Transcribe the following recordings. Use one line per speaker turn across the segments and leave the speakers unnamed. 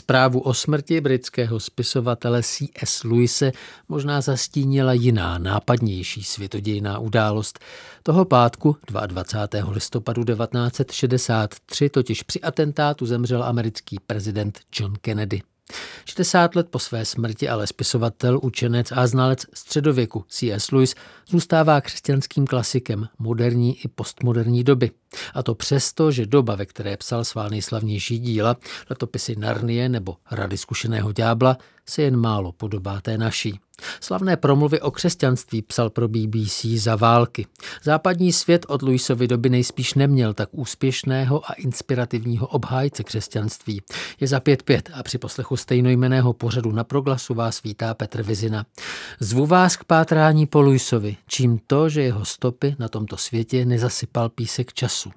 Zprávu o smrti britského spisovatele C.S. Lewise možná zastínila jiná, nápadnější světodějná událost. Toho pátku 22. listopadu 1963 totiž při atentátu zemřel americký prezident John Kennedy. 60 let po své smrti ale spisovatel, učenec a znalec středověku C.S. Lewis zůstává křesťanským klasikem moderní i postmoderní doby. A to přesto, že doba, ve které psal svá nejslavnější díla, letopisy Narnie nebo Rady zkušeného ďábla, se jen málo podobá té naší. Slavné promluvy o křesťanství psal pro BBC za války. Západní svět od Lewisovy doby nejspíš neměl tak úspěšného a inspirativního obhájce křesťanství. Je za 5:05 a při poslechu stejnojmenného pořadu Na Proglasu vás vítá Petr Vizina. Zvu vás k pátrání po Lewisovi, čím to, že jeho stopy na tomto světě nezasypal písek času.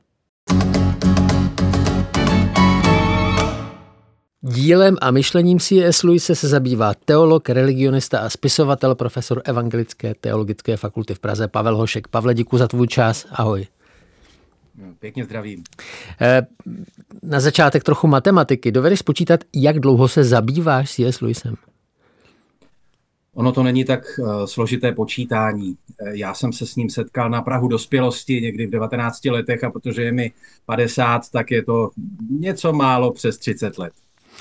Dílem a myšlením C.S. Lewise se zabývá teolog, religionista a spisovatel, profesor Evangelické teologické fakulty v Praze Pavel Hošek. Pavle, děkuji za tvůj čas. Ahoj.
Pěkně zdravím.
Na začátek trochu matematiky. Dovedeš spočítat, jak dlouho se zabýváš C.S. Lewisem?
Ono to není tak složité počítání. Já jsem se s ním setkal na prahu dospělosti někdy v 19 letech a protože je mi 50, tak je to něco málo přes 30 let.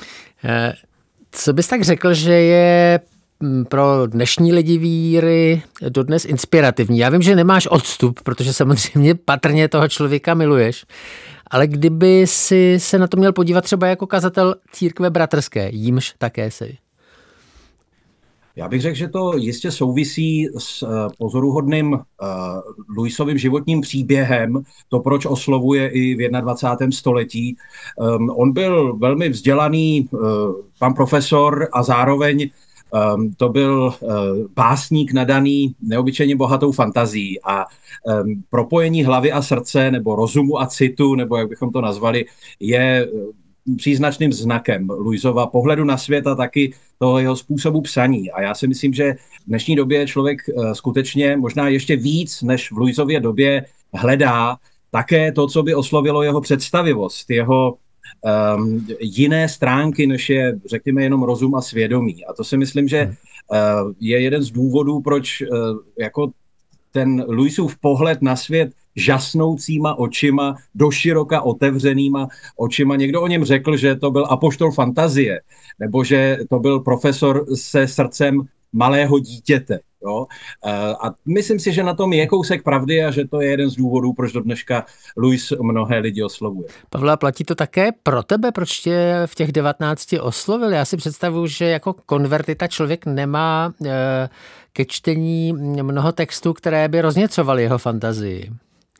Co bys tak řekl, že je pro dnešní lidi víry dodnes inspirativní? Já vím, že nemáš odstup, protože samozřejmě patrně toho člověka miluješ, ale kdyby si se na to měl podívat třeba jako kazatel církve bratrské, jímž také jsi.
Já bych řekl, že to jistě souvisí s pozoruhodným Lewisovým životním příběhem, to, proč oslovuje i v 21. století. On byl velmi vzdělaný pan profesor a zároveň to byl básník nadaný neobyčejně bohatou fantazií a propojení hlavy a srdce nebo rozumu a citu, nebo jak bychom to nazvali, je příznačným znakem Lewisova pohledu na svět a taky toho jeho způsobu psaní. A já si myslím, že v dnešní době člověk skutečně možná ještě víc než v Lewisově době hledá také to, co by oslovilo jeho představivost, jeho jiné stránky, než je, řekněme, jenom rozum a svědomí. A to si myslím, že je jeden z důvodů, proč jako ten Lewisův pohled na svět žasnoucíma očima, doširoka otevřenýma očima. Někdo o něm řekl, že to byl apoštol fantazie, nebo že to byl profesor se srdcem malého dítěte. Jo? A myslím si, že na tom je kousek pravdy a že to je jeden z důvodů, proč do dneška Lewis mnohé lidi oslovuje.
Pavle, platí to také pro tebe? Proč tě v těch 19 oslovil? Já si představuji, že jako konvertita člověk nemá ke čtení mnoho textů, které by rozněcovaly jeho fantazii.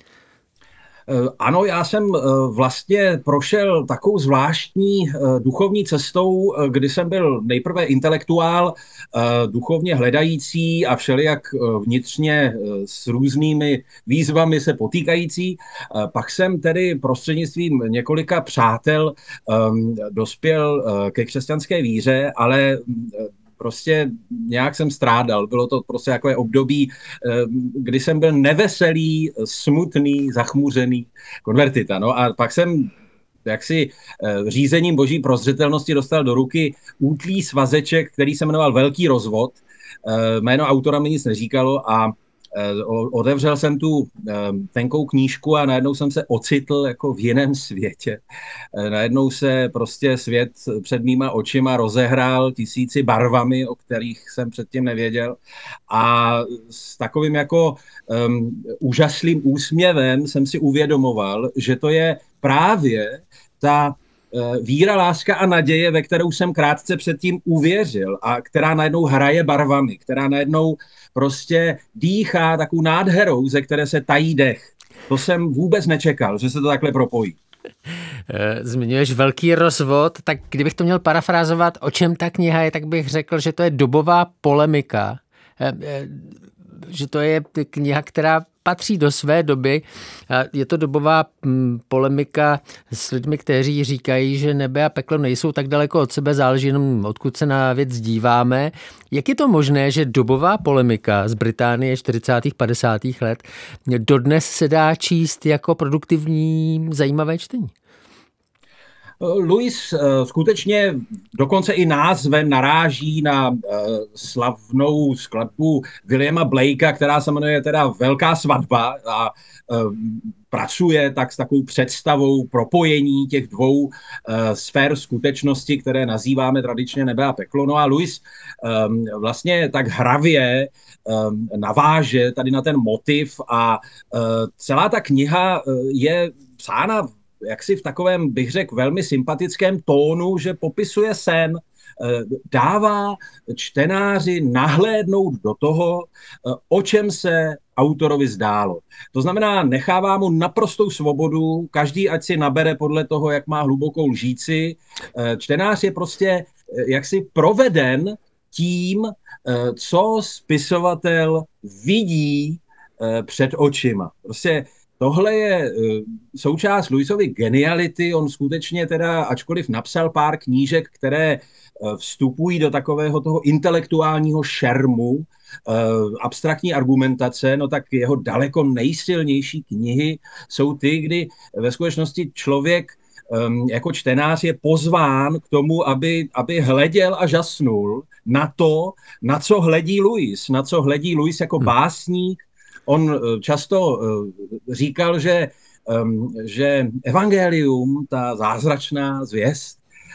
Ano, já jsem vlastně prošel takovou zvláštní duchovní cestou, kdy jsem byl nejprve intelektuál, duchovně hledající a všelijak vnitřně s různými výzvami se potýkající. Pak jsem tedy prostřednictvím několika přátel dospěl ke křesťanské víře, ale prostě nějak jsem strádal. Bylo to prostě takové období, kdy jsem byl neveselý, smutný, zachmuřený konvertita. No a pak jsem jaksi řízením boží prozřetelnosti dostal do ruky útlý svazeček, který se jmenoval Velký rozvod. Jméno autora mi nic neříkalo a otevřel jsem tu tenkou knížku a najednou jsem se ocitl jako v jiném světě. Najednou se prostě svět před mýma očima rozehrál tisíci barvami, o kterých jsem předtím nevěděl. A s takovým jako úžaslým úsměvem jsem si uvědomoval, že to je právě ta víra, láska a naděje, ve kterou jsem krátce předtím uvěřil a která najednou hraje barvami, která najednou prostě dýchá takovou nádherou, ze které se tají dech. To jsem vůbec nečekal, že se to takhle propojí.
Zmiňuješ Velký rozvod, tak kdybych to měl parafrázovat, o čem ta kniha je, tak bych řekl, že to je dobová polemika. Že to je kniha, která patří do své doby. Je to dobová polemika s lidmi, kteří říkají, že nebe a peklo nejsou tak daleko od sebe, záleží jenom odkud se na věc díváme. Jak je to možné, že dobová polemika z Británie 40. 50. let dodnes se dá číst jako produktivní, zajímavé čtení?
Louis skutečně dokonce i názvem naráží na slavnou skladbu Williama Blakea, která se jmenuje teda Velká svatba a pracuje tak s takovou představou propojení těch dvou sfér skutečnosti, které nazýváme tradičně nebe a peklo. No a Louis vlastně tak hravě naváže tady na ten motiv a celá ta kniha je psána jaksi v takovém, bych řekl, velmi sympatickém tónu, že popisuje sen, dává čtenáři nahlédnout do toho, o čem se autorovi zdálo. To znamená, nechává mu naprostou svobodu, každý ať si nabere podle toho, jak má hlubokou lžíci. Čtenář je prostě jaksi proveden tím, co spisovatel vidí před očima. Prostě tohle je součást Louisovy geniality. On skutečně teda, ačkoliv napsal pár knížek, které vstupují do takového toho intelektuálního šermu, abstraktní argumentace, no tak jeho daleko nejsilnější knihy jsou ty, kdy ve skutečnosti člověk jako čtenář je pozván k tomu, aby hleděl a žasnul na to, na co hledí Louis jako básník. On často říkal, že evangelium, ta zázračná zvěst,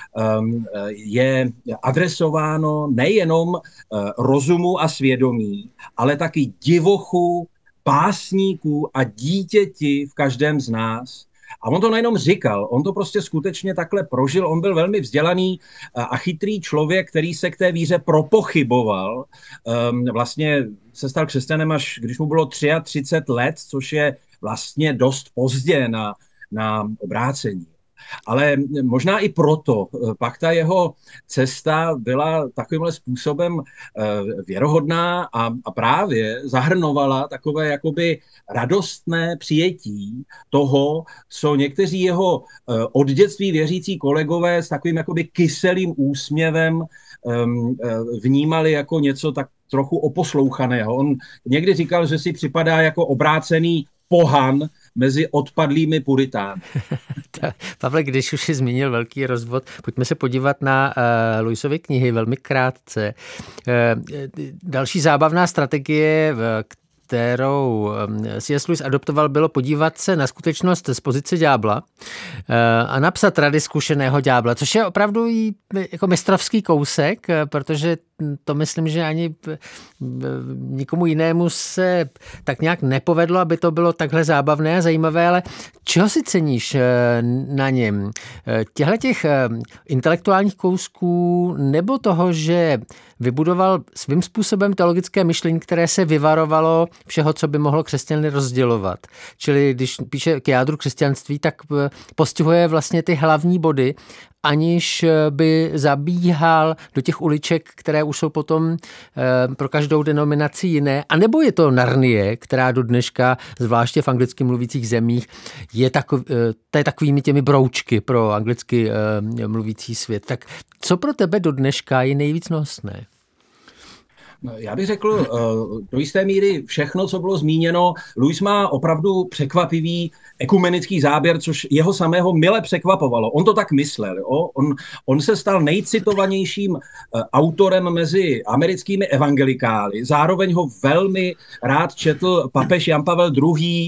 je adresováno nejenom rozumu a svědomí, ale taky divochu, básníků a dítěti v každém z nás. A on to nejenom říkal, on to prostě skutečně takhle prožil. On byl velmi vzdělaný a chytrý člověk, který se k té víře propochyboval. Vlastně se stal křesťanem až když mu bylo 33 let, což je vlastně dost pozdě na obrácení. Ale možná i proto pak ta jeho cesta byla takovýmhle způsobem věrohodná a právě zahrnovala takové jakoby radostné přijetí toho, co někteří jeho od dětství věřící kolegové s takovým jakoby kyselým úsměvem vnímali jako něco tak trochu oposlouchaného. On někdy říkal, že si připadá jako obrácený pohan mezi odpadlými puritány.
Pavle, když už jsi zmínil velký rozvod, pojďme se podívat na Louisovy knihy velmi krátce. Další zábavná strategie, kterou C.S. Lewis adoptoval, bylo podívat se na skutečnost z pozice ďábla a napsat rady zkušeného ďábla, což je opravdu jako mistrovský kousek, protože to myslím, že ani nikomu jinému se tak nějak nepovedlo, aby to bylo takhle zábavné a zajímavé, ale čeho si ceníš na něm? Těch intelektuálních kousků nebo toho, že vybudoval svým způsobem teologické myšlení, které se vyvarovalo všeho, co by mohlo křesťany rozdělovat. Čili když píše k jádru křesťanství, tak postihuje vlastně ty hlavní body, aniž by zabíhal do těch uliček, které už jsou potom pro každou denominaci jiné. A nebo je to Narnie, která do dneška, zvláště v anglicky mluvících zemích, je takovými těmi broučky pro anglicky mluvící svět. Tak co pro tebe do dneška je nejvíc nosné?
Já bych řekl, do jisté míry všechno, co bylo zmíněno. Louis má opravdu překvapivý ekumenický záběr, což jeho samého mile překvapovalo. On to tak myslel. Jo? On se stal nejcitovanějším autorem mezi americkými evangelikály. Zároveň ho velmi rád četl papež Jan Pavel II.,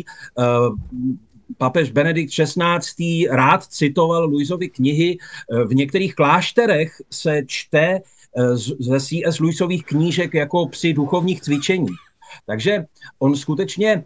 papež Benedikt XVI. Rád citoval Louisovy knihy. V některých klášterech se čte ze C.S. Lewisových knížek jako při duchovních cvičeních. Takže on skutečně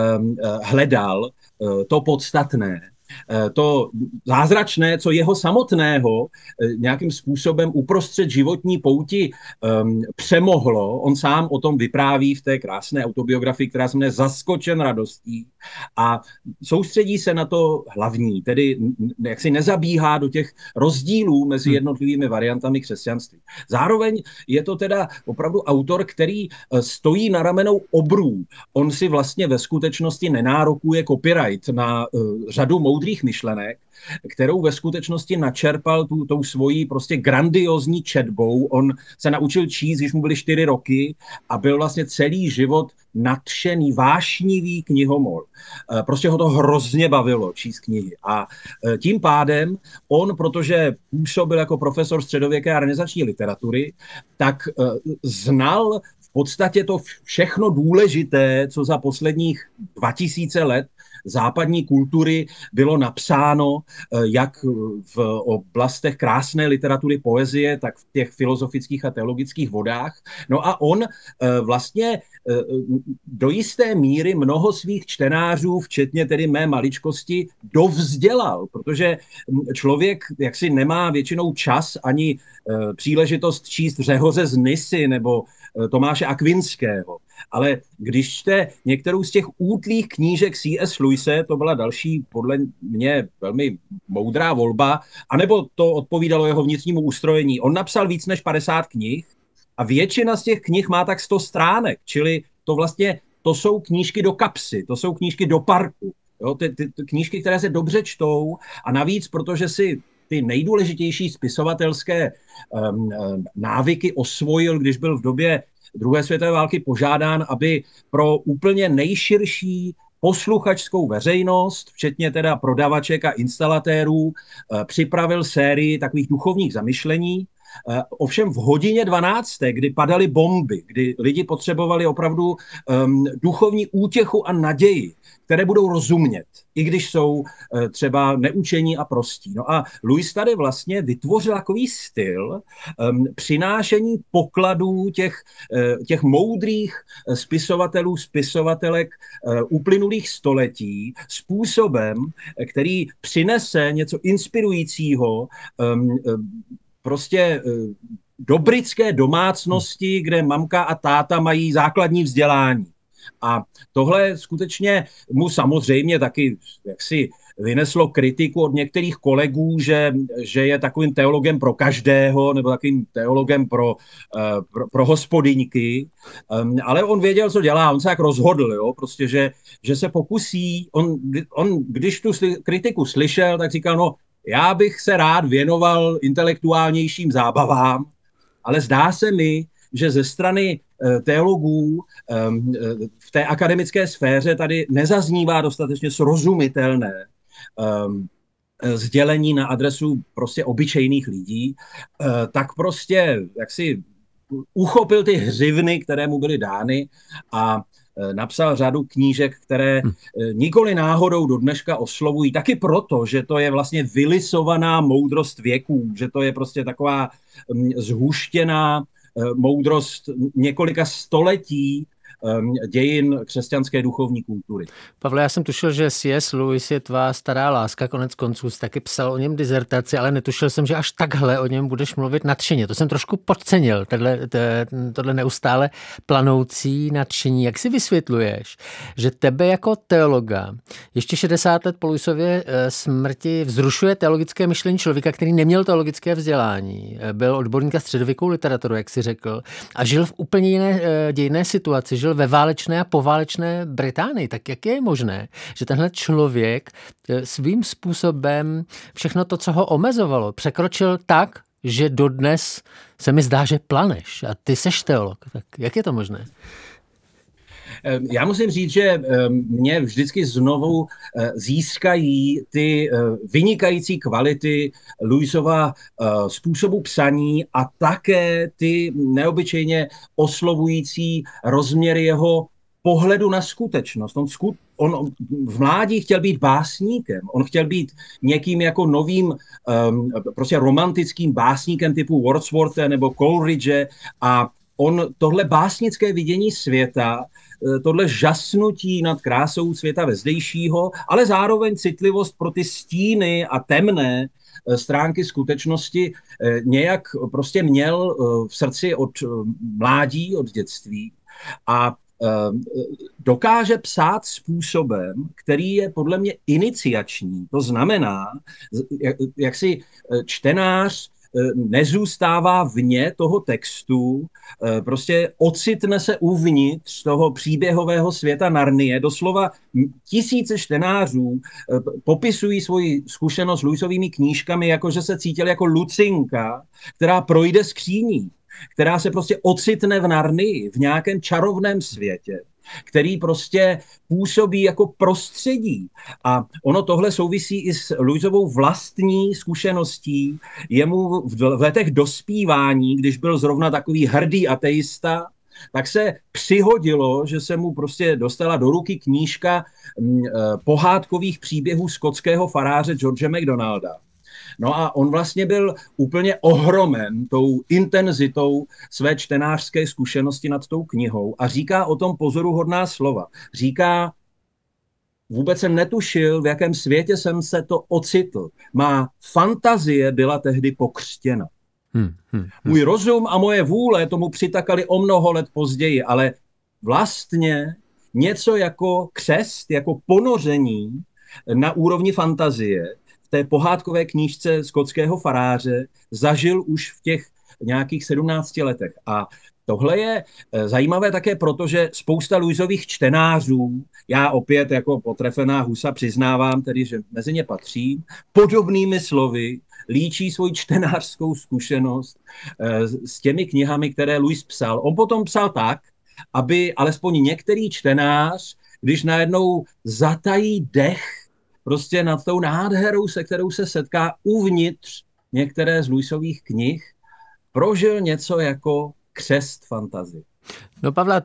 hledal to podstatné, to zázračné, co jeho samotného nějakým způsobem uprostřed životní pouti přemohlo. On sám o tom vypráví v té krásné autobiografii, která se jmenuje Zaskočen radostí, a soustředí se na to hlavní, tedy jak si nezabíhá do těch rozdílů mezi jednotlivými variantami křesťanství. Zároveň je to teda opravdu autor, který stojí na ramenou obrů. On si vlastně ve skutečnosti nenárokuje copyright na řadu moudrých myšlenek, kterou ve skutečnosti načerpal tou svojí prostě grandiozní četbou. On se naučil číst, když mu byly 4 roky a byl vlastně celý život nadšený, vášnivý knihomol. Prostě ho to hrozně bavilo číst knihy. A tím pádem on, protože působil jako profesor středověké a renesanční literatury, tak znal v podstatě to všechno důležité, co za posledních 2000 let západní kultury bylo napsáno, jak v oblastech krásné literatury, poezie, tak v těch filozofických a teologických vodách. No a on vlastně do jisté míry mnoho svých čtenářů, včetně tedy mé maličkosti, dovzdělal, protože člověk jaksi nemá většinou čas ani příležitost číst Řehoře z Nysy nebo Tomáše Akvinského. Ale když čte některou z těch útlých knížek C.S. Lewise, to byla další podle mě velmi moudrá volba, anebo to odpovídalo jeho vnitřnímu ustrojení. On napsal víc než 50 knih a většina z těch knih má tak 100 stránek, čili to jsou knížky do kapsy, to jsou knížky do parku. Jo, ty knížky, které se dobře čtou a navíc, protože si ty nejdůležitější spisovatelské návyky osvojil, když byl v době druhé světové války požádán, aby pro úplně nejširší posluchačskou veřejnost, včetně teda prodavaček a instalatérů, připravil sérii takových duchovních zamyšlení. Ovšem v hodině 12., kdy padaly bomby, kdy lidi potřebovali opravdu duchovní útěchu a naději, které budou rozumět, i když jsou třeba neučení a prostí. No a Lewis tady vlastně vytvořil takový styl přinášení pokladů těch moudrých spisovatelů, spisovatelek uplynulých století způsobem, který přinese něco inspirujícího prostě do britské domácnosti, kde mamka a táta mají základní vzdělání. A tohle skutečně mu samozřejmě taky jaksi vyneslo kritiku od některých kolegů, že je takovým teologem pro každého nebo takovým teologem pro hospodyňky. Ale on věděl, co dělá, on se tak rozhodl, jo? Prostě, že se pokusí. On když tu kritiku slyšel, tak říkal, no já bych se rád věnoval intelektuálnějším zábavám, ale zdá se mi, že ze strany teologů v té akademické sféře tady nezaznívá dostatečně srozumitelné sdělení na adresu prostě obyčejných lidí, tak prostě jaksi uchopil ty hřivny, které mu byly dány a napsal řadu knížek, které nikoli náhodou do dneška oslovují, taky proto, že to je vlastně vylisovaná moudrost věků, že to je prostě taková zhuštěná moudrost několika století dějin křesťanské duchovní kultury.
Pavle, já jsem tušil, že C.S. Lewis je tvá stará láska, konec konců jsi taky psal o něm dizertaci, ale netušil jsem, že až takhle o něm budeš mluvit nadšeně. To jsem trošku podcenil, tohle neustále planoucí nadšení. Jak si vysvětluješ, že tebe jako teologa ještě 60 let po Lewisově smrti vzrušuje teologické myšlení člověka, který neměl teologické vzdělání, byl odborník středověkou literaturu, jak si řekl, a žil v úplně jiné dějinné situaci, žil ve válečné a poválečné Británii. Tak jak je možné, že tenhle člověk svým způsobem všechno to, co ho omezovalo, překročil tak, že dodnes se mi zdá, že planeš a ty seš teolog. Tak jak je to možné?
Já musím říct, že mě vždycky znovu získají ty vynikající kvality Lewisova způsobu psaní a také ty neobyčejně oslovující rozměry jeho pohledu na skutečnost. On v mládí chtěl být básníkem, on chtěl být někým jako novým prostě romantickým básníkem typu Wordsworthe nebo Coleridge a on tohle básnické vidění světa, tohle žasnutí nad krásou světa vezdejšího, ale zároveň citlivost pro ty stíny a temné stránky skutečnosti nějak prostě měl v srdci od mládí, od dětství a dokáže psát způsobem, který je podle mě iniciační. To znamená, jak si čtenář nezůstává vně toho textu, prostě ocitne se uvnitř toho příběhového světa Narnie. Doslova tisíce čtenářů popisují svoji zkušenost s Lewisovými knížkami, jako že se cítili jako Lucinka, která projde skříní, která se prostě ocitne v Narnii, v nějakém čarovném světě, který prostě působí jako prostředí. A ono tohle souvisí i s Lewisovou vlastní zkušeností. Jemu v letech dospívání, když byl zrovna takový hrdý ateista, tak se přihodilo, že se mu prostě dostala do ruky knížka pohádkových příběhů skotského faráře George MacDonalda. No a on vlastně byl úplně ohromen tou intenzitou své čtenářské zkušenosti nad tou knihou a říká o tom pozoruhodná slova. Říká, vůbec jsem netušil, v jakém světě jsem se to ocitl. Má fantazie byla tehdy pokřtěna. Můj rozum a moje vůle tomu přitakali o mnoho let později, ale vlastně něco jako křest, jako ponoření na úrovni fantazie v té pohádkové knížce skotského faráře zažil už v těch nějakých 17 letech. A tohle je zajímavé také proto, že spousta Lewisových čtenářů, já opět jako potrefená husa přiznávám tedy, že mezi ně patřím, podobnými slovy líčí svoji čtenářskou zkušenost s těmi knihami, které Lewis psal. On potom psal tak, aby alespoň některý čtenář, když najednou zatají dech prostě nad tou nádherou, se kterou se setká uvnitř některé z Lewisových knih, prožil něco jako křest fantazie.
No Pavla,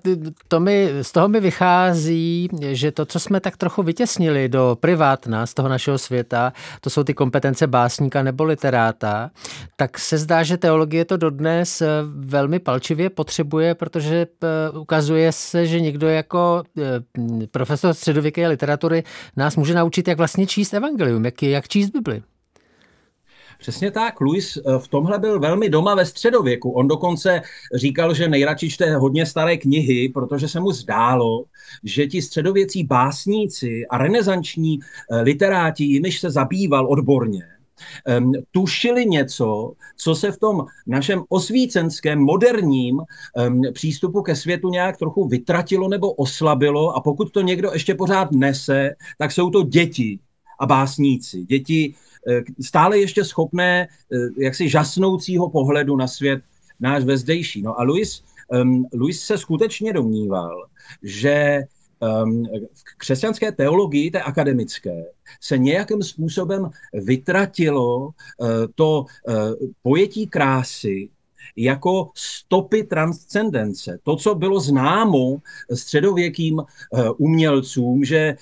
z toho mi vychází, že to, co jsme tak trochu vytěsnili do privátna z toho našeho světa, to jsou ty kompetence básníka nebo literáta, tak se zdá, že teologie to dodnes velmi palčivě potřebuje, protože ukazuje se, že někdo jako profesor středověké literatury nás může naučit, jak vlastně číst evangelium, jak číst Bibli.
Přesně tak, Lewis v tomhle byl velmi doma ve středověku. On dokonce říkal, že nejradši čte hodně staré knihy, protože se mu zdálo, že ti středověcí básníci a renesanční literáti, jimiž se zabýval odborně, tušili něco, co se v tom našem osvícenském, moderním přístupu ke světu nějak trochu vytratilo nebo oslabilo, a pokud to někdo ještě pořád nese, tak jsou to děti a básníci. Děti stále ještě schopné jaksi žasnoucího pohledu na svět náš vezdejší. No a Lewis se skutečně domníval, že v křesťanské teologii, té akademické, se nějakým způsobem vytratilo to pojetí krásy jako stopy transcendence. To, co bylo známo středověkým umělcům, že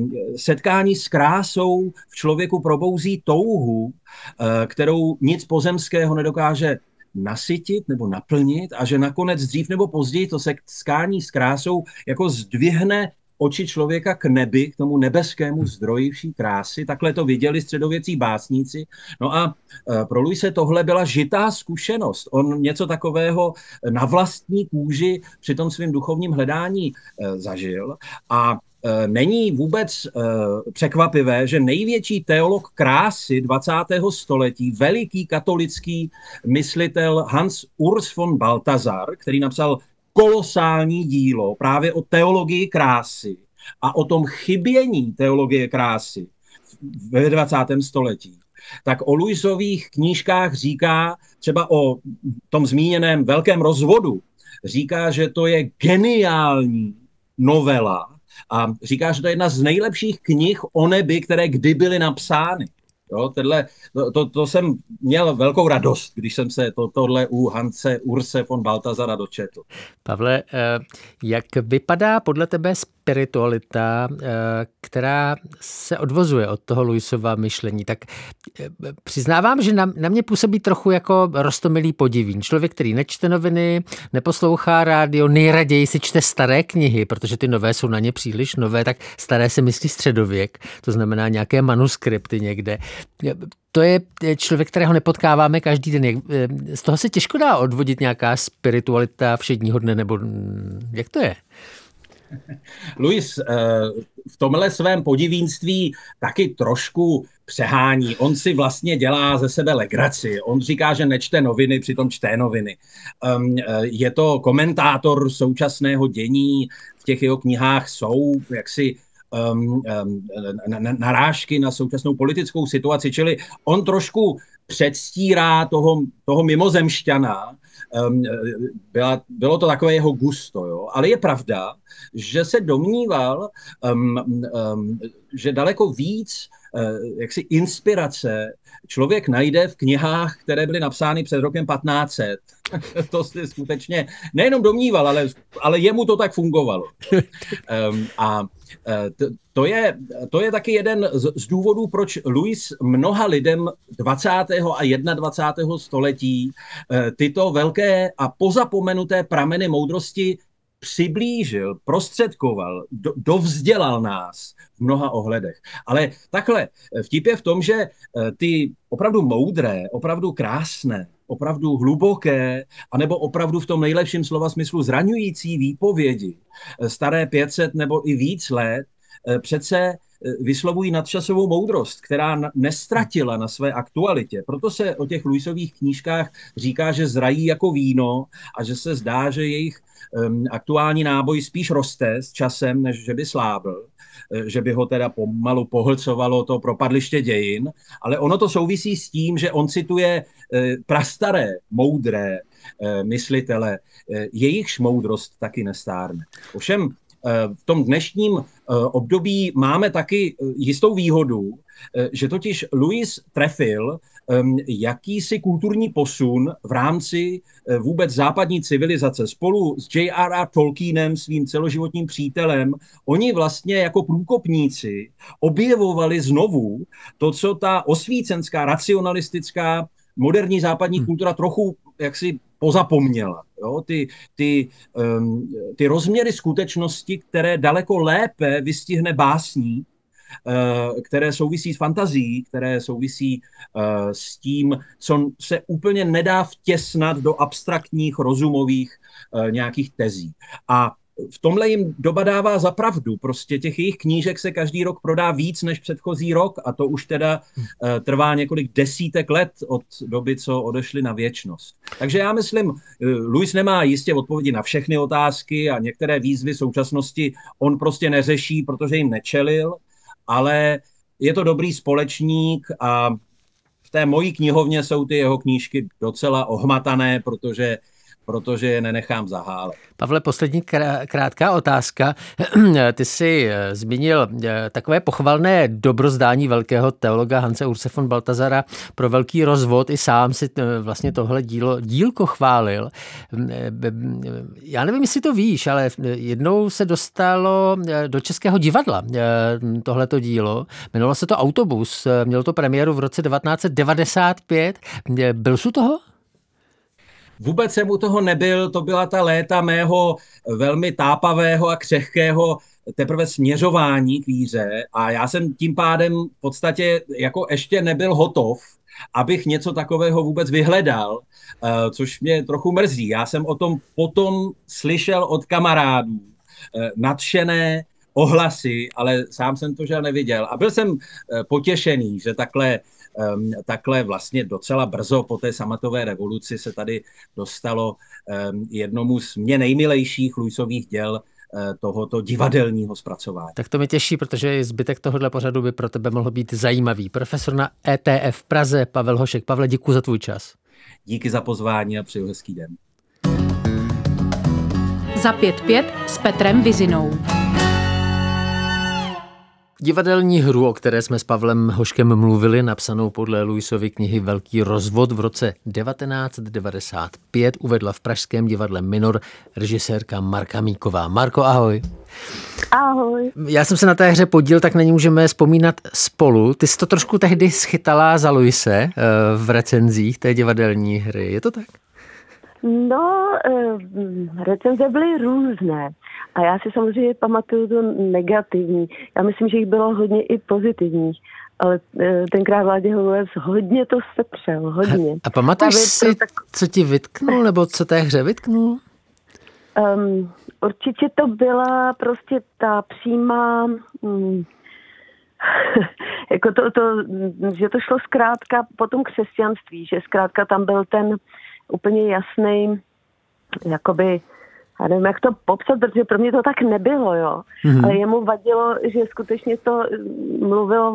setkání s krásou v člověku probouzí touhu, kterou nic pozemského nedokáže nasytit nebo naplnit, a že nakonec dřív nebo později to setkání s krásou jako zdvihne oči člověka k nebi, k tomu nebeskému zdroji vší krásy. Takhle to viděli středověcí básníci. No a pro Lewise tohle byla žitá zkušenost. On něco takového na vlastní kůži při tom svým duchovním hledání zažil. A není vůbec překvapivé, že největší teolog krásy 20. století, veliký katolický myslitel Hans Urs von Balthasar, který napsal kolosální dílo právě o teologii krásy a o tom chybění teologie krásy ve 20. století, tak o Lewisových knížkách říká, třeba o tom zmíněném Velkém rozvodu, říká, že to je geniální novela a říká, že to je jedna z nejlepších knih o nebi, které kdy byly napsány. Jo, to jsem měl velkou radost, když jsem se tohle u Hanse Urse von Balthasara dočetl.
Pavle, jak vypadá podle tebe spiritualita, která se odvozuje od toho Lewisova myšlení? Tak přiznávám, že na mě působí trochu jako roztomilý podivín. Člověk, který nečte noviny, neposlouchá rádio, nejraději si čte staré knihy, protože ty nové jsou na ně příliš nové, tak staré se myslí středověk, to znamená nějaké manuskripty někde. To je člověk, kterého nepotkáváme každý den. Z toho se těžko dá odvodit nějaká spiritualita všedního dne, nebo jak to je?
Lewis v tomhle svém podivínství taky trošku přehání. On si vlastně dělá ze sebe legraci. On říká, že nečte noviny, přitom čte noviny. Je to komentátor současného dění. V těch jeho knihách jsou jaksi narážky na současnou politickou situaci, čili on trošku předstírá toho mimozemšťana. Bylo to takové jeho gusto, jo? Ale je pravda, že se domníval, že daleko víc jaksi inspirace člověk najde v knihách, které byly napsány před rokem 1500. To si skutečně nejenom domníval, ale jemu to tak fungovalo. To je taky jeden z důvodů, proč Lewis mnoha lidem 20. a 21. století tyto velké a pozapomenuté prameny moudrosti přiblížil, prostředkoval, dovzdělal nás v mnoha ohledech. Ale takhle, vtip je v tom, že ty opravdu moudré, opravdu krásné, opravdu hluboké, anebo opravdu v tom nejlepším slova smyslu zraňující výpovědi staré 500 nebo i víc let přece vyslovují nadčasovou moudrost, která nestratila na své aktualitě. Proto se o těch Lewisových knížkách říká, že zrají jako víno a že se zdá, že jejich aktuální náboj spíš roste s časem, než že by slábl, že by ho teda pomalu pohlcovalo to propadliště dějin, ale ono to souvisí s tím, že on cituje prastaré, moudré myslitele, jejichž moudrost taky nestárne. Ovšem v tom dnešním období máme taky jistou výhodu, že totiž Lewis trefil jakýsi kulturní posun v rámci vůbec západní civilizace. Spolu s J.R.R. Tolkienem, svým celoživotním přítelem, oni vlastně jako průkopníci objevovali znovu to, co ta osvícenská, racionalistická, moderní západní kultura trochu jaksi pozapomněla. Jo? Ty rozměry skutečnosti, které daleko lépe vystihne básník, které souvisí s fantazií, které souvisí s tím, co se úplně nedá vtěsnat do abstraktních rozumových nějakých tezí. A v tomhle jim doba dává za pravdu. Prostě těch jejich knížek se každý rok prodá víc než předchozí rok a to už teda trvá několik desítek let od doby, co odešli na věčnost. Takže já myslím, Lewis nemá jistě odpovědi na všechny otázky a některé výzvy současnosti on prostě neřeší, protože jim nečelil, ale je to dobrý společník a v té mojí knihovně jsou ty jeho knížky docela ohmatané, protože je nenechám zahálet.
Pavle, poslední krátká otázka. Ty jsi zmínil takové pochvalné dobrozdání velkého teologa Hanse Urse von Balthasara pro velký rozvod. I sám si vlastně tohle dílko chválil. Já nevím, jestli to víš, ale jednou se dostalo do Českého divadla tohleto dílo. Jmenovalo se to Autobus. Mělo to premiéru v roce 1995. Byl jsi u toho?
Vůbec jsem u toho nebyl, to byla ta léta mého velmi tápavého a křehkého teprve směřování k víře a já jsem tím pádem v podstatě jako ještě nebyl hotov, abych něco takového vůbec vyhledal, což mě trochu mrzí. Já jsem o tom potom slyšel od kamarádů nadšené ohlasy, ale sám jsem to žel neviděl a byl jsem potěšený, že takhle vlastně docela brzo po té sametové revoluci se tady dostalo jednomu z mě nejmilejších Lewisových děl tohoto divadelního zpracování.
Tak to mě těší, protože zbytek tohohle pořadu by pro tebe mohl být zajímavý. Profesor na ETF v Praze Pavel Hošek. Pavle, děkuji za tvůj čas.
Díky za pozvání a přeju hezký den.
Za 5:5 s Petrem Vizinou.
Divadelní hru, o které jsme s Pavlem Hoškem mluvili, napsanou podle Lewisovy knihy Velký rozvod v roce 1995, uvedla v pražském divadle Minor režisérka Marka Míková. Marko, ahoj.
Ahoj.
Já jsem se na té hře podíl, tak na ní můžeme vzpomínat spolu. Ty jsi to trošku tehdy schytala za Lewise v recenzích té divadelní hry, je to tak?
No, recenze byly různé. A já si samozřejmě pamatuju to negativní. Já myslím, že jich bylo hodně i pozitivních. Ale tenkrát Vládě Hlouec hodně to sepřel, hodně.
A pamatuješ si, co ti vytknul, nebo co té hře vytknul?
Určitě to byla prostě ta přímá jako že to šlo zkrátka po tom křesťanství, že zkrátka tam byl ten úplně jasný, jakoby, já nevím, jak to popsat, protože pro mě to tak nebylo, jo. Mm-hmm. Ale jemu vadilo, že skutečně to mluvilo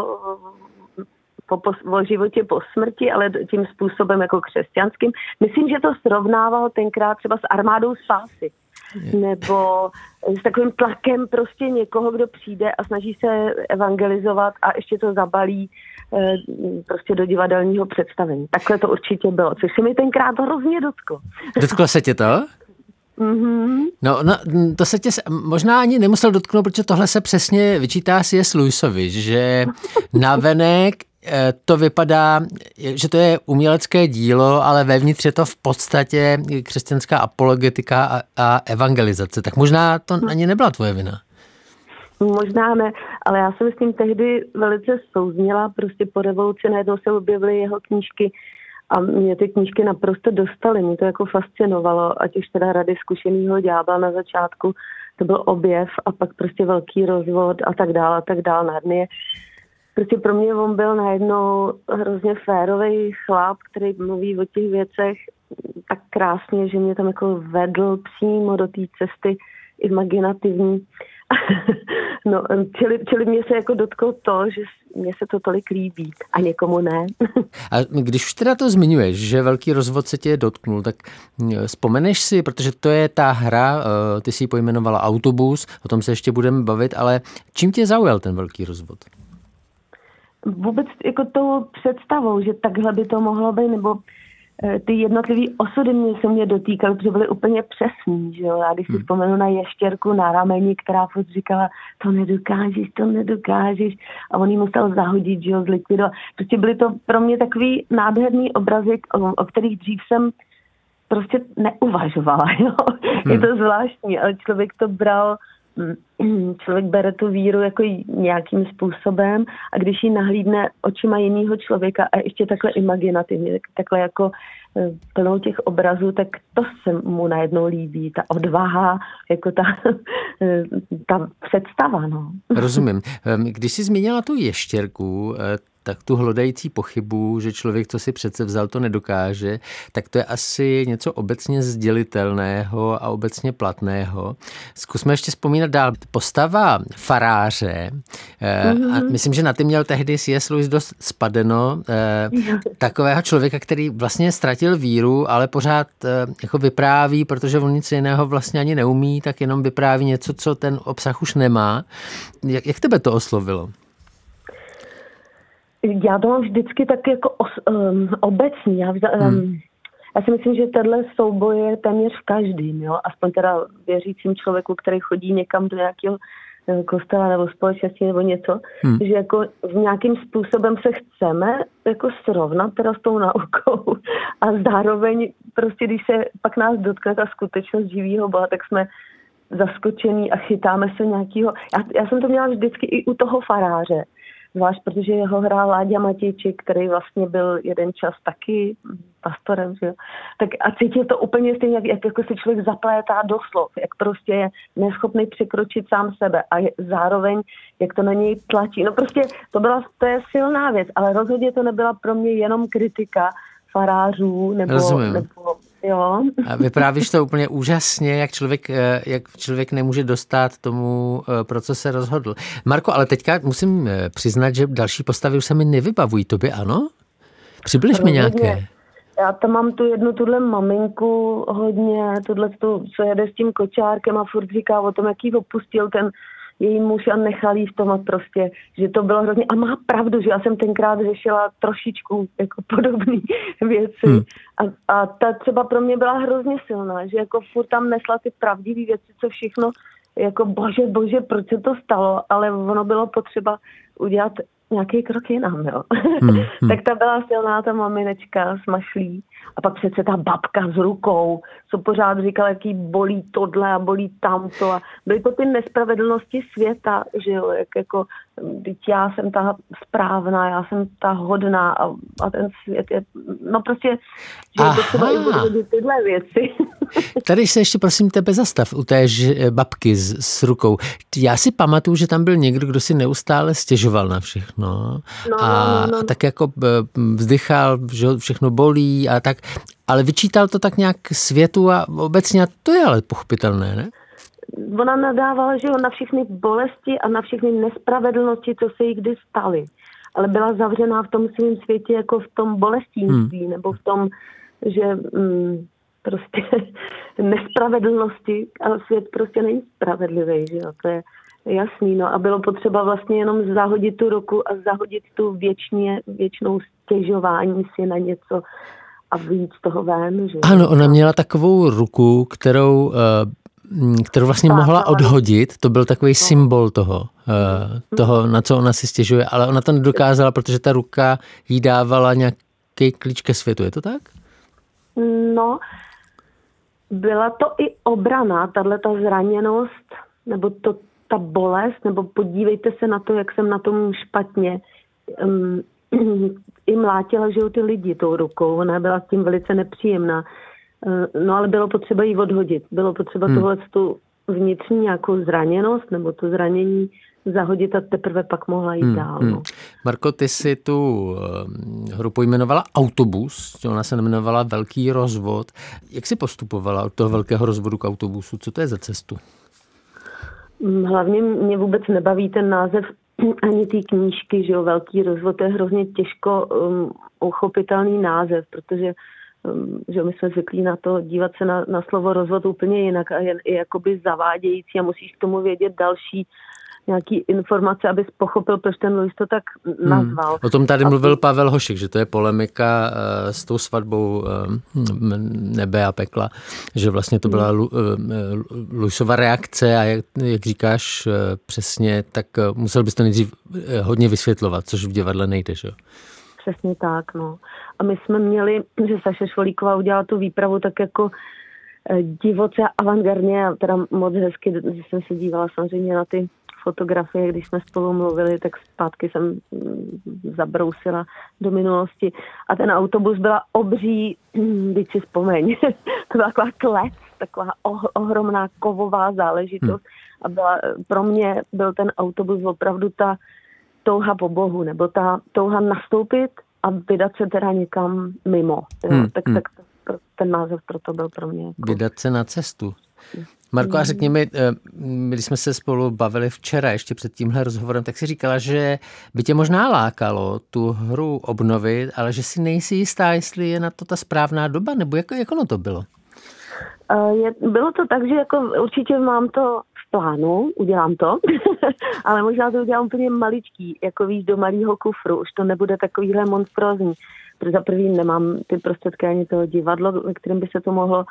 o životě po smrti, ale tím způsobem jako křesťanským. Myslím, že to srovnával tenkrát třeba s armádou spásy. Nebo s takovým tlakem prostě někoho, kdo přijde a snaží se evangelizovat a ještě to zabalí prostě do divadelního představení. Takhle to určitě bylo, což se mi tenkrát hrozně dotklo.
Dotklo se tě to?
Mm-hmm.
No, to se tě možná ani nemusel dotknout, protože tohle se přesně vyčítá C.S. Lewisovi, že navenek to vypadá, že to je umělecké dílo, ale vevnitř je to v podstatě křesťanská apologetika a evangelizace. Tak možná to ani nebyla tvoje vina.
Možná ne, ale já si myslím tehdy velice souzněla, prostě po revoluci najednou se objevily jeho knížky a mě ty knížky naprosto dostaly, mě to jako fascinovalo, ať už teda Rady zkušenýho ďábla na začátku, to byl objev a pak prostě Velký rozvod a tak dále, Narnie. Prostě pro mě on byl najednou hrozně férový chlap, který mluví o těch věcech tak krásně, že mě tam jako vedl přímo do té cesty imaginativní. No, čili mě se jako dotklo to, že mně se to tolik líbí a někomu ne.
A když už teda to zmiňuješ, že Velký rozvod se tě dotknul, tak vzpomeneš si, protože to je ta hra, ty si ji pojmenovala Autobus, o tom se ještě budeme bavit, ale čím tě zaujal ten Velký rozvod?
Vůbec jako tou představou, že takhle by to mohlo být, nebo ty jednotlivý osudy se mě dotýkaly, protože byly úplně přesný, že jo. Já když si vzpomenu na ještěrku na rameni, která furt říkala, to nedokážeš a on jí musel zahodit, že jo, zlikvidovat. Prostě byly to pro mě takový nádherný obrazy, o kterých dřív jsem prostě neuvažovala, jo. Je to zvláštní, ale člověk bere tu víru jako nějakým způsobem a když ji nahlídne očima jiného člověka a ještě takhle imaginativně, takhle jako plnou těch obrazů, tak to se mu najednou líbí. Ta odvaha, jako ta představa, no.
Rozumím. Když jsi zmínila tu ještěrku, tak tu hlodající pochybu, že člověk, co si přece vzal, to nedokáže, tak to je asi něco obecně sdělitelného a obecně platného. Zkusme ještě vzpomínat dál. Postava faráře, a myslím, že na ty měl tehdy C.S. Lewis dost spadeno, takového člověka, který vlastně ztratil víru, ale pořád jako vypráví, protože on nic jiného vlastně ani neumí, tak jenom vypráví něco, co ten obsah už nemá. Jak tebe to oslovilo?
Já to mám vždycky tak jako obecný. Já si myslím, že tenhle souboj je téměř v každým, jo? Aspoň teda věřícím člověku, který chodí někam do nějakého kostela nebo společnosti nebo něco, že jako v nějakým způsobem se chceme jako srovnat teda s tou naukou a zároveň prostě, když se pak nás dotkne ta skutečnost živýho Boha, tak jsme zaskočení a chytáme se nějakého. Já jsem to měla vždycky i u toho faráře. Zvlášť, protože ho hrál Láďa Matějček, který vlastně byl jeden čas taky pastorem, že jo. Tak a cítil to úplně stejně, jak jako se člověk zaplétá do slov, jak prostě je neschopný překročit sám sebe a zároveň, jak to na něj tlačí. No prostě to je silná věc, ale rozhodně to nebyla pro mě jenom kritika farářů nebo jo.
A vyprávíš to úplně úžasně, jak člověk nemůže dostat tomu, pro co se rozhodl. Marko, ale teďka musím přiznat, že další postavy už se mi nevybavují. Tobě ano? Přibliž mi nějaké.
Já tam mám tuhle maminku hodně, co jede s tím kočárkem a furt říká o tom, jak jí opustil ten její muž a nechal jí v tom a prostě, že to bylo hrozně, a má pravdu, že já jsem tenkrát řešila trošičku jako podobné věci a ta třeba pro mě byla hrozně silná, že jako furt tam nesla ty pravdivé věci, co všechno, jako bože, proč se to stalo, ale ono bylo potřeba udělat nějaký krok jinam, jo. Tak ta byla silná, ta maminečka s mašlí. A pak přece ta babka s rukou, co pořád říkala, jaký bolí tohle a bolí tamto. A byly to ty nespravedlnosti světa, že jo, jak jako, já jsem ta správná, já jsem ta hodná a ten svět je, no prostě, že je potřeba i odhodit tyhle věci.
Tady se ještě prosím tebe zastav u té babky s rukou. Já si pamatuju, že tam byl někdo, kdo si neustále stěžoval na všechno a tak jako vzdychal, že všechno bolí a tak, ale vyčítal to tak nějak světu a obecně, a to je ale pochopitelné, ne?
Ona nadávala, že jo, na všechny bolesti a na všechny nespravedlnosti, co se jí kdy staly. Ale byla zavřená v tom svém světě jako v tom bolestínství, nebo v tom, že prostě nespravedlnosti, ale svět prostě není spravedlivý, že jo, to je jasný, no a bylo potřeba vlastně jenom zahodit tu ruku a zahodit tu věčnou stěžování si na něco a vyjít z toho ven, že?
Ano, ona měla takovou ruku, kterou vlastně mohla odhodit, to byl takový symbol toho, na co ona si stěžuje, ale ona to nedokázala, protože ta ruka jí dávala nějaký klíč ke světu, je to tak?
No, byla to i obrana, tato zraněnost, nebo ta bolest, nebo podívejte se na to, jak jsem na tom špatně. I mlátila, že jo, ty lidi tou rukou, ona byla s tím velice nepříjemná. No ale bylo potřeba jí odhodit. Bylo potřeba tu vnitřní nějakou zraněnost, nebo to zranění zahodit a teprve pak mohla jít dál. No.
Marko, ty si tu hru pojmenovala Autobus, ona se jmenovala Velký rozvod. Jak jsi postupovala od toho velkého rozvodu k autobusu? Co to je za cestu?
Hlavně mě vůbec nebaví ten název ani té knížky, že jo, Velký rozvod, to je hrozně těžko uchopitelný název, protože že my jsme zvyklí na to dívat se na slovo rozvod úplně jinak a je jakoby zavádějící a musíš k tomu vědět další nějaký informace, abys pochopil, proč ten Lewis to tak nazval.
O tom tady mluvil Pavel Hošek, že to je polemika s tou svatbou Nebe a pekla, že vlastně to byla Lewisova reakce a jak říkáš přesně, tak musel bys to nejdřív hodně vysvětlovat, což v divadle nejde, že jo?
Přesně tak, no. A my jsme měli, že Saša Švolíková udělala tu výpravu tak jako divoce a avantgardně a teda moc hezky, že jsem se dívala samozřejmě na ty fotografie, když jsme spolu mluvili, tak zpátky jsem zabrousila do minulosti. A ten autobus byla obří, když si vzpomeň, to byla taková klec, taková ohromná kovová záležitost a pro mě byl ten autobus opravdu ta touha po Bohu, nebo ta touha nastoupit a vydat se teda někam mimo. Tak ten název proto byl pro mě. Jako...
Vydat se na cestu. Marko, a řekni mi, když jsme se spolu bavili včera, ještě před tímhle rozhovorem, tak si říkala, že by tě možná lákalo tu hru obnovit, ale že si nejsi jistá, jestli je na to ta správná doba, nebo jak ono to bylo?
Bylo to tak, že jako určitě mám to v plánu, udělám to, ale možná to udělám úplně maličký, jako víš, do malého kufru, už to nebude takovýhle monstrózní, protože za první nemám ty prostředky ani toho divadlo, ve kterém by se to mohlo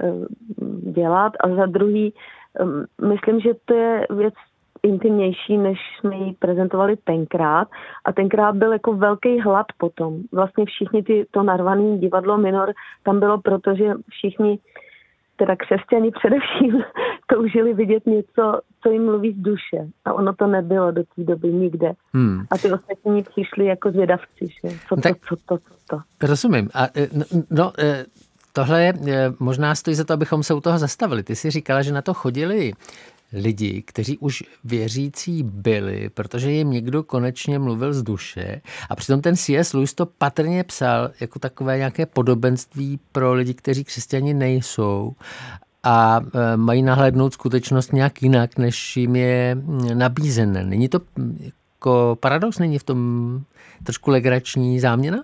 dělat a za druhý myslím, že to je věc intimnější, než jsme ji prezentovali tenkrát a tenkrát byl jako velký hlad potom. Vlastně všichni to narvané divadlo Minor tam bylo, protože všichni teda křesťani především toužili vidět něco, co jim mluví z duše. A ono to nebylo do té doby nikde. A ty ostatní přišli jako zvědavci, že? Co to.
Rozumím. A tohle je, možná stojí za to, abychom se u toho zastavili. Ty jsi říkala, že na to chodili lidi, kteří už věřící byli, protože jim někdo konečně mluvil z duše a přitom ten C.S. Lewis to patrně psal jako takové nějaké podobenství pro lidi, kteří křesťani nejsou a mají nahlédnout skutečnost nějak jinak, než jim je nabízené. Není to jako paradox? Není v tom trošku legrační záměna?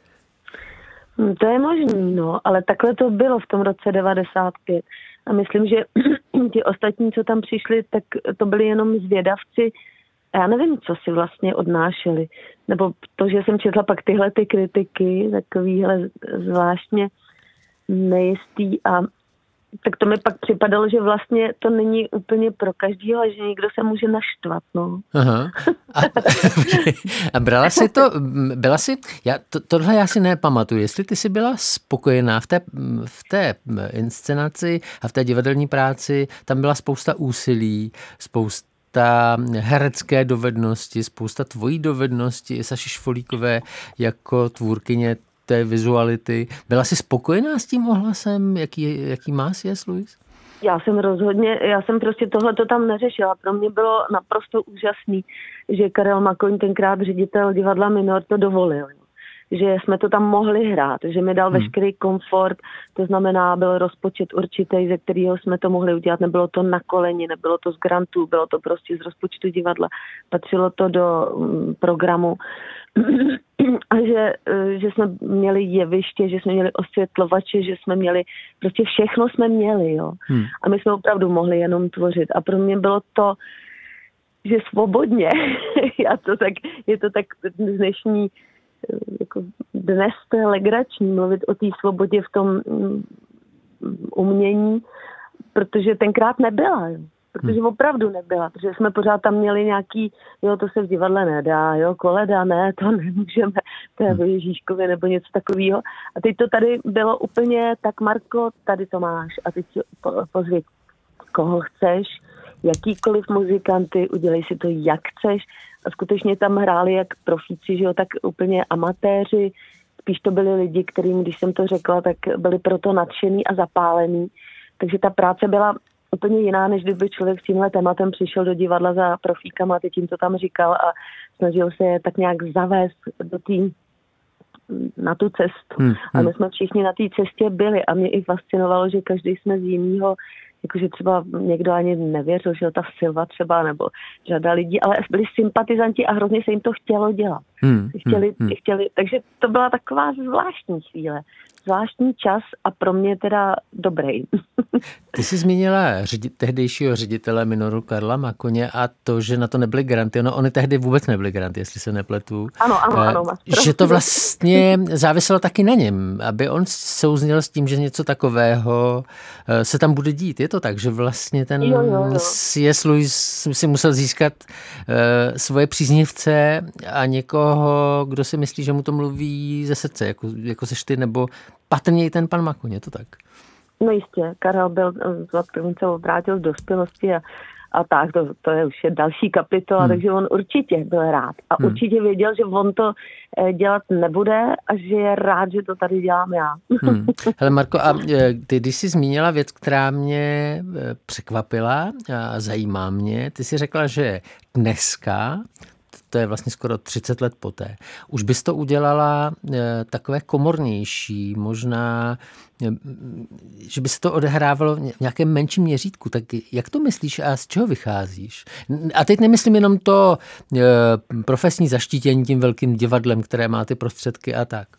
To je možný, no, ale takhle to bylo v tom roce 95. A myslím, že ti ostatní, co tam přišli, tak to byli jenom zvědavci. A já nevím, co si vlastně odnášeli. Nebo to, že jsem četla pak tyhle ty kritiky, takovýhle zvláštně nejistý a tak to mi pak připadalo, že vlastně to není úplně pro každýho, že někdo se může naštvat, no.
Aha. A byla jsi, tohle já si nepamatuju, jestli ty jsi byla spokojená v té inscenaci a v té divadelní práci, tam byla spousta úsilí, spousta herecké dovednosti, spousta tvojí dovednosti, i Saši Švolíkové jako tvůrkyně té vizuality. Byla jsi spokojená s tím ohlasem, jaký má C.S. Lewis?
Já jsem prostě tohleto tam neřešila. Pro mě bylo naprosto úžasný, že Karel Makoň, tenkrát ředitel divadla Minor, to dovolil. Že jsme to tam mohli hrát, že mi dal veškerý komfort, to znamená, byl rozpočet určitý, ze kterého jsme to mohli udělat, nebylo to na koleni, nebylo to z grantů, bylo to prostě z rozpočtu divadla, patřilo to do programu. A že jsme měli jeviště, že jsme měli osvětlovače, že jsme měli, prostě všechno jsme měli, jo. A my jsme opravdu mohli jenom tvořit. A pro mě bylo to, že svobodně, je to tak dnešní, jako dnes to je legrační mluvit o té svobodě v tom umění, protože tenkrát nebyla, jo. Protože opravdu nebyla, protože jsme pořád tam měli nějaký, jo, to se v divadle nedá, jo, koleda, ne, to nemůžeme, to je v Ježíškově nebo něco takového. A teď to tady bylo úplně, tak Marko, tady to máš a teď si pozvi, koho chceš, jakýkoliv muzikanty, udělej si to, jak chceš. A skutečně tam hráli jak profíci, že jo, tak úplně amatéři, spíš to byli lidi, kterým, když jsem to řekla, tak byli proto nadšený a zapálený. Takže ta práce byla úplně jiná, než kdyby člověk s tímhle tématem přišel do divadla za profíkama a teď jim to tam říkal a snažil se je tak nějak zavést na tu cestu. A my jsme všichni na té cestě byli a mě i fascinovalo, že každý jsme z jinýho, jakože třeba někdo ani nevěřil, že ta Silva třeba, nebo řada lidí, ale byli sympatizanti a hrozně se jim to chtělo dělat. Chtěli, takže to byla taková zvláštní chvíle. Zvláštní čas a pro mě teda dobrý.
Ty jsi zmínila tehdejšího ředitele Minoru Karla Makoně a to, že na to nebyly granty. Ony tehdy vůbec nebyly granty, jestli se nepletu.
Ano.
Že to vlastně záviselo taky na něm, aby on souzněl s tím, že něco takového se tam bude dít. Je to tak, že vlastně ten C.S. Lewis si musel získat svoje příznivce a někoho, kdo si myslí, že mu to mluví ze srdce, jako seš ty, nebo patrněji ten pan Makoň, je to tak?
No jistě, Karel byl první, co vrátil z dospělosti a tak, to je už další kapitola, takže on určitě byl rád a určitě věděl, že on to dělat nebude a že je rád, že to tady dělám já.
Hele Marko, a ty, když jsi zmínila věc, která mě překvapila a zajímá mě, ty jsi řekla, že dneska, to je vlastně skoro 30 let poté, už bys to udělala takové komornější, možná, že by se to odehrávalo v nějakém menším měřítku. Tak jak to myslíš a z čeho vycházíš? A teď nemyslím jenom to profesní zaštítění tím velkým divadlem, které má ty prostředky a tak.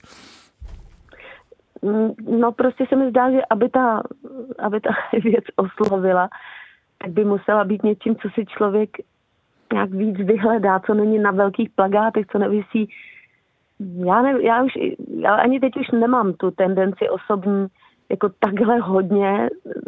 No prostě se mi zdá, že aby ta věc oslovila, tak by musela být něčím, co si člověk nějak víc vyhledá, co není na velkých plakátech, co nevisí. Já ani teď už nemám tu tendenci osobní, jako takhle hodně,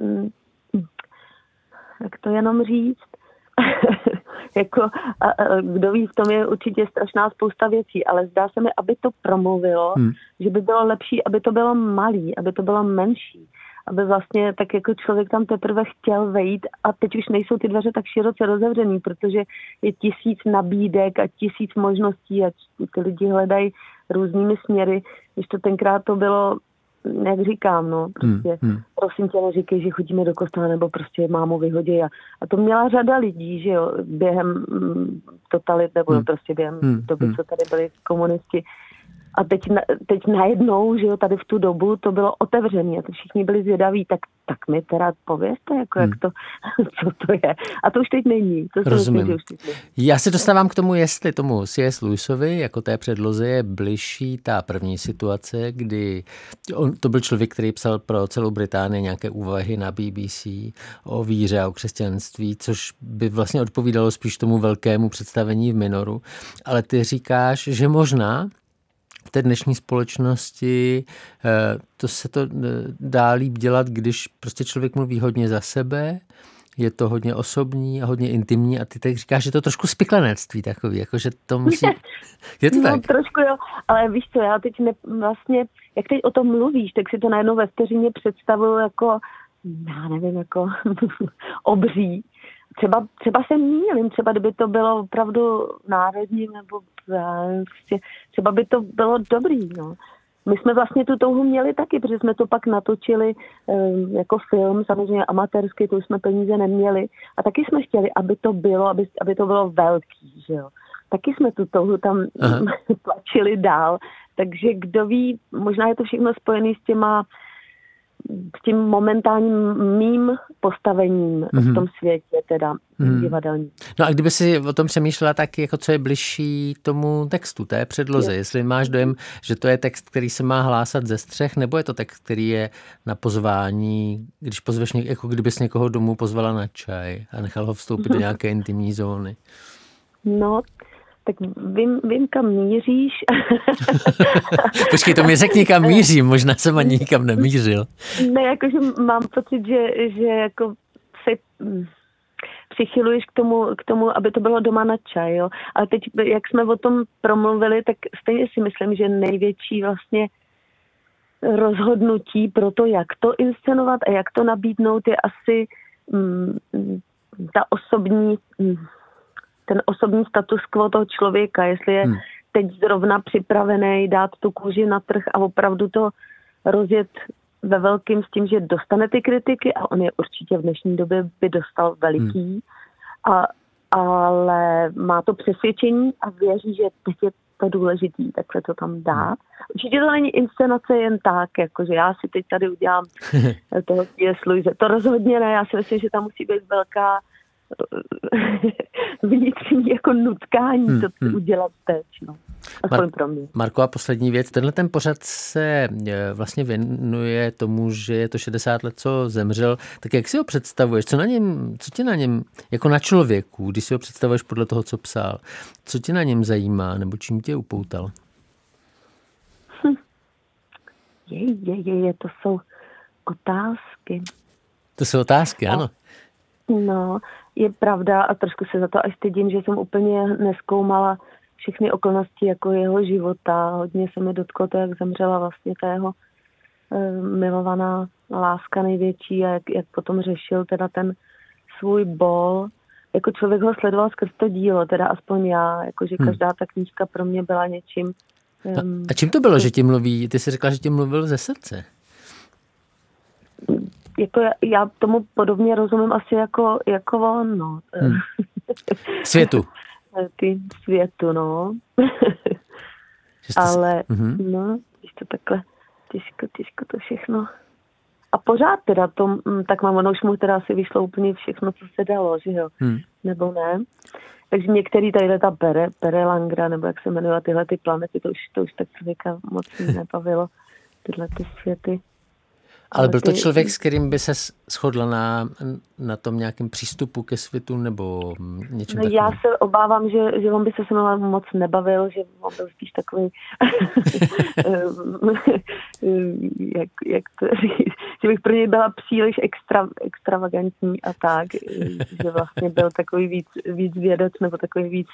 jak to jenom říct, jako, kdo ví, v tom je určitě strašná spousta věcí, ale zdá se mi, aby to promluvilo, že by bylo lepší, aby to bylo malý, aby to bylo menší, aby vlastně tak jako člověk tam teprve chtěl vejít a teď už nejsou ty dveře tak široce rozevřený, protože je 1000 nabídek a 1000 možností a ty lidi hledají různými směry, když to tenkrát to bylo, jak říkám, no, prostě prosím tě, neříkej, že chodíme do kostela nebo prostě mámu vyhodí a to měla řada lidí, že jo, během totalit nebo prostě během doby, co tady byli komunisti. A teď najednou, že jo, tady v tu dobu to bylo otevřené a to všichni byli zvědaví, tak mi teda povězte, jako jak to, co to je. A to už teď není. To
rozumím.
Myslím, už teď není.
Já se dostávám k tomu, jestli tomu C.S. Lewisovi, jako té předloze, je bližší ta první situace, kdy to byl člověk, který psal pro celou Británii nějaké úvahy na BBC o víře a o křesťanství, což by vlastně odpovídalo spíš tomu velkému představení v Minoru. Ale ty říkáš, že možná v té dnešní společnosti to se to dá líp dělat, když prostě člověk mluví hodně za sebe, je to hodně osobní a hodně intimní a ty tak říkáš, že to trošku spiklenectví takový, jakože to musí... Je to tak?
No trošku jo, ale víš co, já teď vlastně, jak teď o tom mluvíš, tak si to najednou ve vteřině představuju jako, já nevím, jako obří. Třeba se mýlím, třeba kdyby to bylo opravdu národní, nebo prostě, třeba by to bylo dobrý, no. My jsme vlastně tu touhu měli taky, protože jsme to pak natočili jako film, samozřejmě amatérský, to už jsme peníze neměli. A taky jsme chtěli, aby to bylo velký, že jo. Taky jsme tu touhu tam tlačili dál. Takže kdo ví, možná je to všechno spojené s tím momentálním mým postavením v tom světě, teda divadelní.
No a kdyby si o tom přemýšlela, tak jako co je bližší tomu textu, té předloze? Jestli máš dojem, že to je text, který se má hlásat ze střech, nebo je to text, který je na pozvání, když pozveš, jako kdybys někoho domů pozvala na čaj a nechal ho vstoupit do nějaké intimní zóny?
No, tak vím, kam míříš.
Počkej, to mi řekni, kam mířím, možná jsem ani nikam nemířil.
Ne, jakože mám pocit, že jako se přichyluješ k tomu, aby to bylo doma na čaj, jo. Ale teď, jak jsme o tom promluvili, tak stejně si myslím, že největší vlastně rozhodnutí pro to, jak to inscenovat a jak to nabídnout, je asi ten osobní status quo toho člověka, jestli je teď zrovna připravený dát tu kůži na trh a opravdu to rozjet ve velkým s tím, že dostane ty kritiky a on je určitě v dnešní době by dostal veliký, ale má to přesvědčení a věří, že teď je to důležitý, tak se to tam dá. Určitě to není inscenace jen tak, jakože já si teď tady udělám toho C.S. Luise. To rozhodně ne, já si myslím, že tam musí být velká vnitřní jako nutkání to udělat teď, no. Aspoň pro mě.
Marko, a poslední věc. Tenhle ten pořad se vlastně věnuje tomu, že je to 60 let, co zemřel. Tak jak si ho představuješ? Co tě na něm, jako na člověku, když si ho představuješ podle toho, co psal, co tě na něm zajímá, nebo čím tě upoutal?
To jsou otázky.
To jsou otázky, ano.
No, je pravda a trošku se za to až stydím, že jsem úplně nezkoumala všechny okolnosti jako jeho života. Hodně se mi dotklo to, jak zemřela vlastně ta jeho milovaná láska největší a jak potom řešil teda ten svůj bol. Jako člověk ho sledoval skrz to dílo, teda aspoň já, jakože každá ta knížka pro mě byla něčím.
A čím to bylo, že ti mluví? Ty jsi řekla, že ti mluvil ze srdce.
Jako já tomu podobně rozumím asi jako on, no.
Světu.
Světu, no. Ale, no, když to takhle těžko to všechno. A pořád teda to, tak mám ono už mu teda asi vyšlo úplně všechno, co se dalo, že jo? Nebo ne? Takže některý tady ta Pere Langra, nebo jak se jmenují tyhle ty planety, to už tak člověka moc nebavilo, tyhle ty světy.
Ale byl to člověk, s kterým by se shodla na tom nějakém přístupu ke světu nebo něčem takovým?
Já se obávám, že on by se se mnou moc nebavil, že on byl spíš takový, jak to říct, že bych pro něj byla příliš extravagantní a tak, že vlastně byl takový víc vědec nebo takový víc...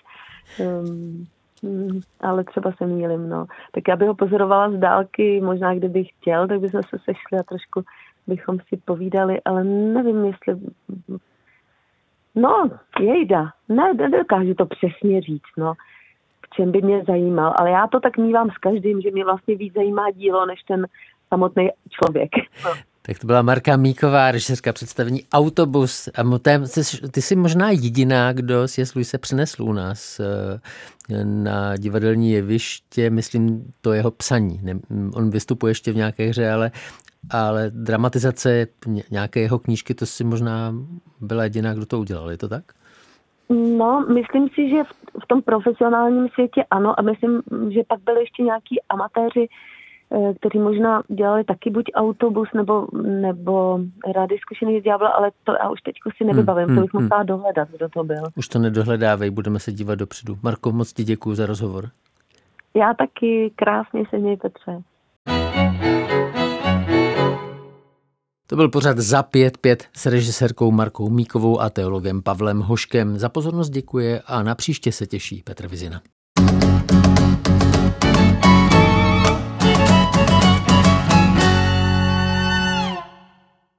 ale třeba se mýlím, no. Tak já bych ho pozorovala z dálky, možná kdybych chtěl, tak bychom se sešli a trošku bychom si povídali, ale nevím, jestli... No, nedokážu to přesně říct, no. V čem by mě zajímal, ale já to tak mívám s každým, že mě vlastně víc zajímá dílo, než ten samotný člověk. No.
Tak to byla Marka Míková, režisérka představení Autobus. A ty jsi možná jediná, kdo C.S. Luise přinesl u nás na divadelní jeviště, myslím, to jeho psaní. On vystupuje ještě v nějaké hře, ale dramatizace nějaké jeho knížky, to si možná byla jediná, kdo to udělal. Je to tak?
No, myslím si, že v tom profesionálním světě ano a myslím, že pak byly ještě nějaký amatéři, kteří možná dělali taky buď Autobus nebo Rády zkušených z ďábla, ale to já už teďko si nevybavím, to bych musela dohledat, kdo to byl.
Už to nedohledávej, budeme se dívat dopředu. Marko, moc ti děkuju za rozhovor.
Já taky, krásně se měj, Petře.
To byl pořad Za 5-5 s režisérkou Markou Míkovou a teologem Pavlem Hoškem. Za pozornost děkuje a na příště se těší Petr Vizina.